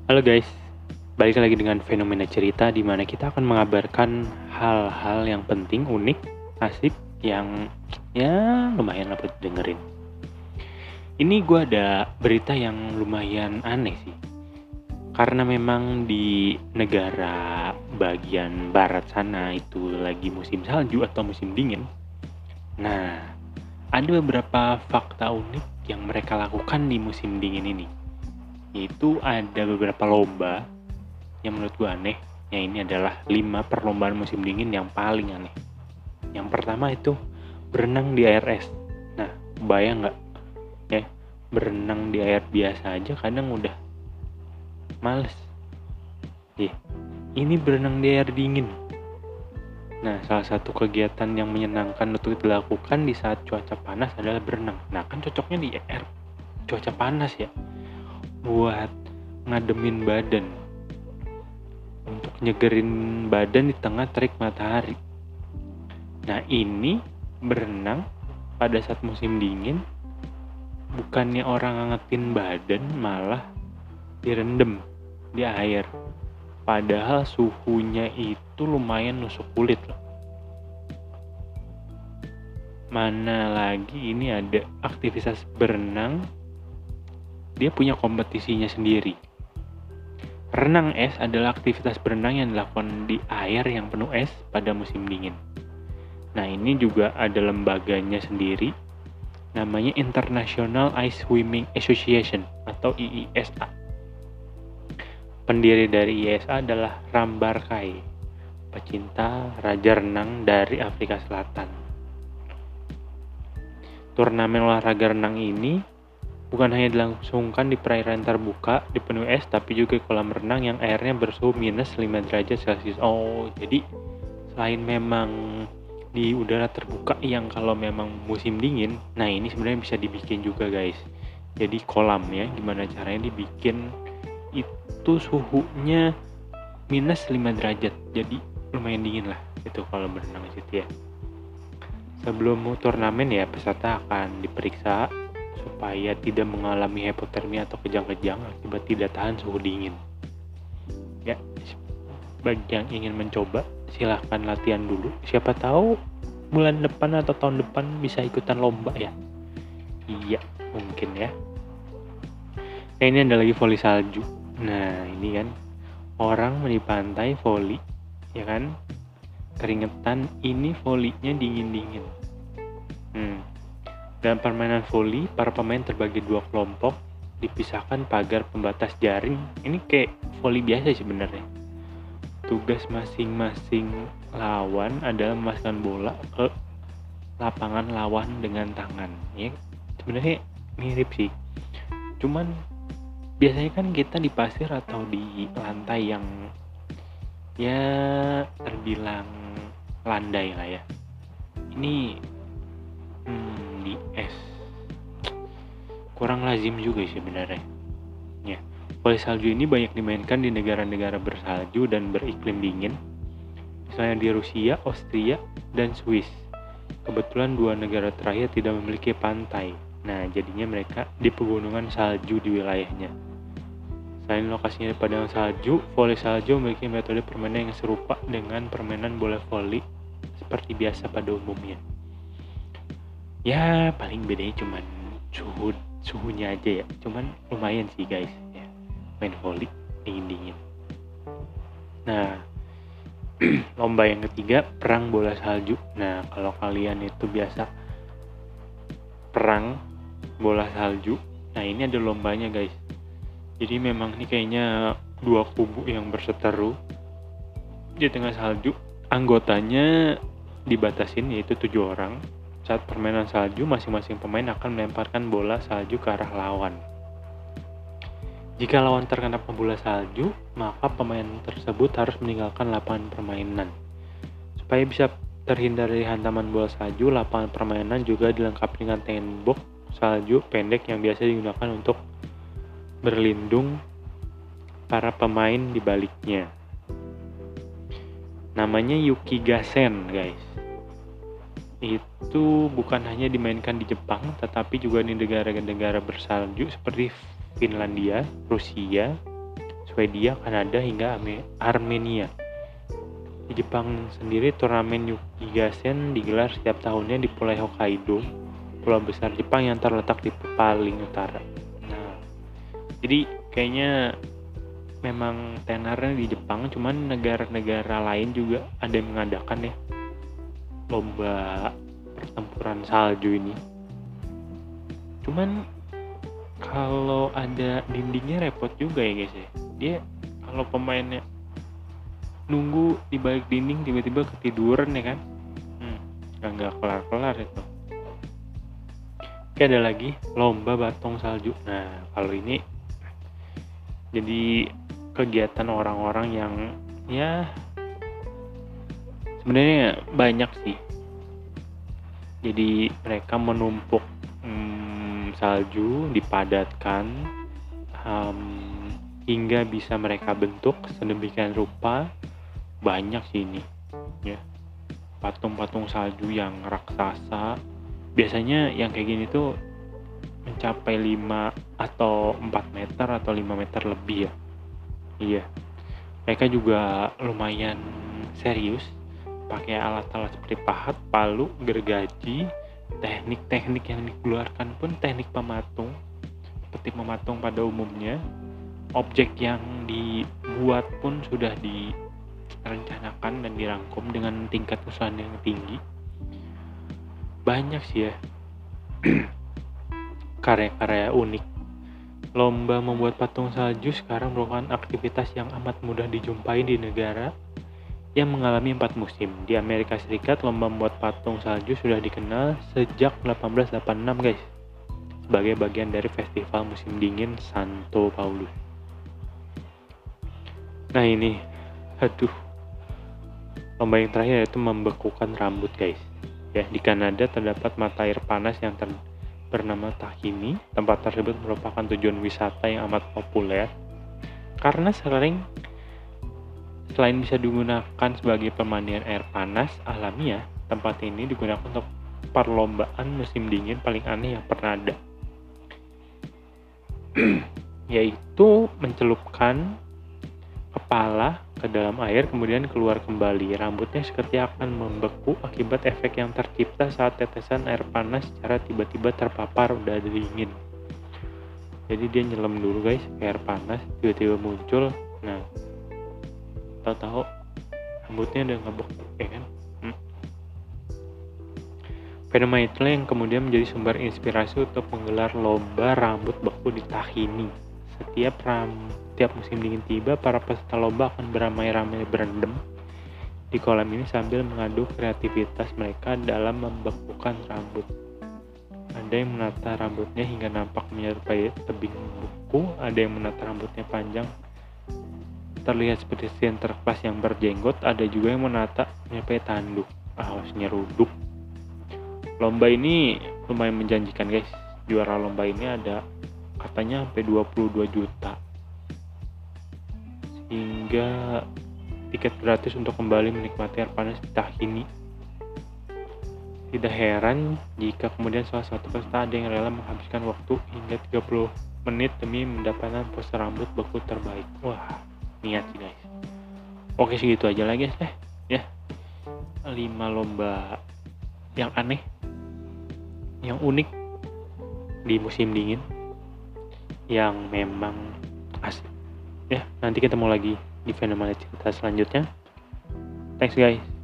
Halo guys, balik lagi dengan fenomena cerita di mana kita akan mengabarkan hal-hal yang penting, unik, asik, yang ya lumayan lah buat dengerin. Ini gue ada berita yang lumayan aneh sih, karena memang di negara bagian barat sana itu lagi musim salju atau musim dingin. Nah, ada beberapa fakta unik yang mereka lakukan di musim dingin ini. Yaitu ada beberapa lomba yang menurut gue aneh. Ya, ini adalah 5 perlombaan musim dingin yang paling aneh. Yang pertama itu berenang di air es. Nah, bayang nggak ya, berenang di air biasa aja kadang udah males. Ini berenang di air dingin. Nah, salah satu kegiatan yang menyenangkan untuk dilakukan di saat cuaca panas adalah berenang. Nah, kan cocoknya di air cuaca panas ya, buat ngademin badan, untuk nyegerin badan di tengah terik matahari. Nah, ini berenang pada saat musim dingin, bukannya orang ngangetin badan, malah direndam di air. Padahal suhunya itu lumayan nusuk kulit loh. Mana lagi ini ada aktivitas berenang, dia punya kompetisinya sendiri. Renang es adalah aktivitas berenang yang dilakukan di air yang penuh es pada musim dingin. Nah, ini juga ada lembaganya sendiri, namanya International Ice Swimming Association atau IISA. Pendiri dari IISA adalah Rambarkai, pecinta raja renang dari Afrika Selatan. Turnamen olahraga renang ini bukan hanya dilangsungkan di perairan terbuka di penuh es, tapi juga kolam renang yang airnya bersuhu minus 5 derajat Celcius. Oh, jadi selain memang di udara terbuka yang kalau memang musim dingin, nah ini sebenarnya bisa dibikin juga guys. Jadi kolam ya, gimana caranya dibikin itu suhunya minus 5 derajat, jadi lumayan dingin lah itu kalau berenang di situ ya. Sebelum turnamen ya, peserta akan diperiksa supaya tidak mengalami hipotermia atau kejang-kejang akibat tidak tahan suhu dingin. Ya, bagi yang ingin mencoba, silahkan latihan dulu. Siapa tahu bulan depan atau tahun depan bisa ikutan lomba ya. Iya, mungkin ya. Nah, ini ada lagi voli salju. Nah, ini kan orang di pantai voli, ya kan? Keringetan, ini volinya dingin-dingin. Dalam permainan voli, para pemain terbagi 2 kelompok, dipisahkan pagar pembatas jaring. Ini kayak voli biasa sebenarnya. Tugas masing-masing lawan adalah memasukkan bola ke lapangan lawan dengan tangan. Ya, sebenarnya mirip sih. Cuman biasanya kan kita di pasir atau di lantai yang ya terbilang landai lah ya. Ini di es kurang lazim juga sih sebenarnya. Ya, voli salju ini banyak dimainkan di negara-negara bersalju dan beriklim dingin, misalnya di Rusia, Austria, dan Swiss. Kebetulan 2 negara terakhir tidak memiliki pantai. Nah, jadinya mereka di pegunungan salju di wilayahnya. Selain lokasinya di padang salju, voli salju memiliki metode permainan yang serupa dengan permainan bola voli seperti biasa pada umumnya. Ya, paling bedanya cuman suhunya aja ya. Cuman lumayan sih guys ya, main voli dingin-dingin. Nah, lomba yang ketiga, perang bola salju. Nah, kalau kalian itu biasa perang bola salju, nah ini ada lombanya guys. Jadi memang ini kayaknya 2 kubu yang berseteru di tengah salju. Anggotanya dibatasin yaitu 7 orang. Saat permainan salju, masing-masing pemain akan melemparkan bola salju ke arah lawan. Jika lawan terkena bola salju, maka pemain tersebut harus meninggalkan lapangan permainan. Supaya bisa terhindar dari hantaman bola salju, lapangan permainan juga dilengkapi dengan tembok salju pendek yang biasa digunakan untuk berlindung para pemain di baliknya. Namanya Yukigassen guys. Itu bukan hanya dimainkan di Jepang, tetapi juga di negara-negara bersalju seperti Finlandia, Rusia, Swedia, Kanada, hingga Armenia. Di Jepang sendiri, turnamen Yukigassen digelar setiap tahunnya di Pulau Hokkaido, pulau besar Jepang yang terletak di paling utara. Nah, jadi kayaknya memang tenornya di Jepang, cuman negara-negara lain juga ada yang mengadakan ya lomba pertempuran salju ini. Cuman kalau ada dindingnya repot juga ya guys ya. Dia kalau pemainnya nunggu di balik dinding tiba-tiba ketiduran ya kan, nggak kelar-kelar itu. Oke, ada lagi lomba batong salju. Nah, kalau ini jadi kegiatan orang-orang yang ya sebenarnya banyak sih. Jadi mereka menumpuk salju, dipadatkan hingga bisa mereka bentuk sedemikian rupa. Banyak sih ini ya, patung-patung salju yang raksasa. Biasanya yang kayak gini tuh mencapai 5 atau 4 meter atau 5 meter lebih ya. Iya, mereka juga lumayan serius, pakai alat-alat seperti pahat, palu, gergaji. Teknik-teknik yang dikeluarkan pun teknik pematung, seperti pematung pada umumnya. Objek yang dibuat pun sudah direncanakan dan dirangkum dengan tingkat kesulitan yang tinggi. Banyak sih ya karya-karya unik. Lomba membuat patung salju sekarang merupakan aktivitas yang amat mudah dijumpai di negara yang mengalami 4 musim. Di Amerika Serikat, lomba membuat patung salju sudah dikenal sejak 1886 guys, sebagai bagian dari festival musim dingin Santo Paulus. Nah ini, lomba yang terakhir yaitu membekukan rambut guys. Ya, di Kanada terdapat mata air panas yang bernama Tahini. Tempat tersebut merupakan tujuan wisata yang amat populer karena selain bisa digunakan sebagai pemandian air panas alamiah, tempat ini digunakan untuk perlombaan musim dingin paling aneh yang pernah ada. Yaitu mencelupkan kepala ke dalam air kemudian keluar kembali. Rambutnya seperti akan membeku akibat efek yang tercipta saat tetesan air panas secara tiba-tiba terpapar udara dingin. Jadi dia nyelam dulu guys ke air panas, tiba-tiba muncul. Nah, tahu-tahu rambutnya udah ngebeku ya kan. Fenomena itulah yang kemudian menjadi sumber inspirasi untuk menggelar lomba rambut beku di Tahini. Setiap musim dingin tiba, para peserta lomba akan beramai-ramai berendam di kolam ini sambil mengadu kreativitas mereka dalam membekukan rambut. Ada yang menata rambutnya hingga nampak menyerupai tebing buku, ada yang menata rambutnya panjang terlihat seperti Sinterklas yang berjenggot, ada juga yang menata menyerupai tanduk. Awas nyeruduk. Lomba ini lumayan menjanjikan guys. Juara lomba ini ada katanya sampai 22 juta. Hingga tiket gratis untuk kembali menikmati air panas di Tahini. Tidak heran jika kemudian salah satu peserta ada yang rela menghabiskan waktu hingga 30 menit demi mendapatkan pose rambut beku terbaik. Wah, niat sih guys. Oke, segitu aja lagi guys ya. 5 lomba yang aneh, yang unik di musim dingin, yang memang asik ya. Nanti ketemu lagi di fenomena cerita selanjutnya. Thanks guys.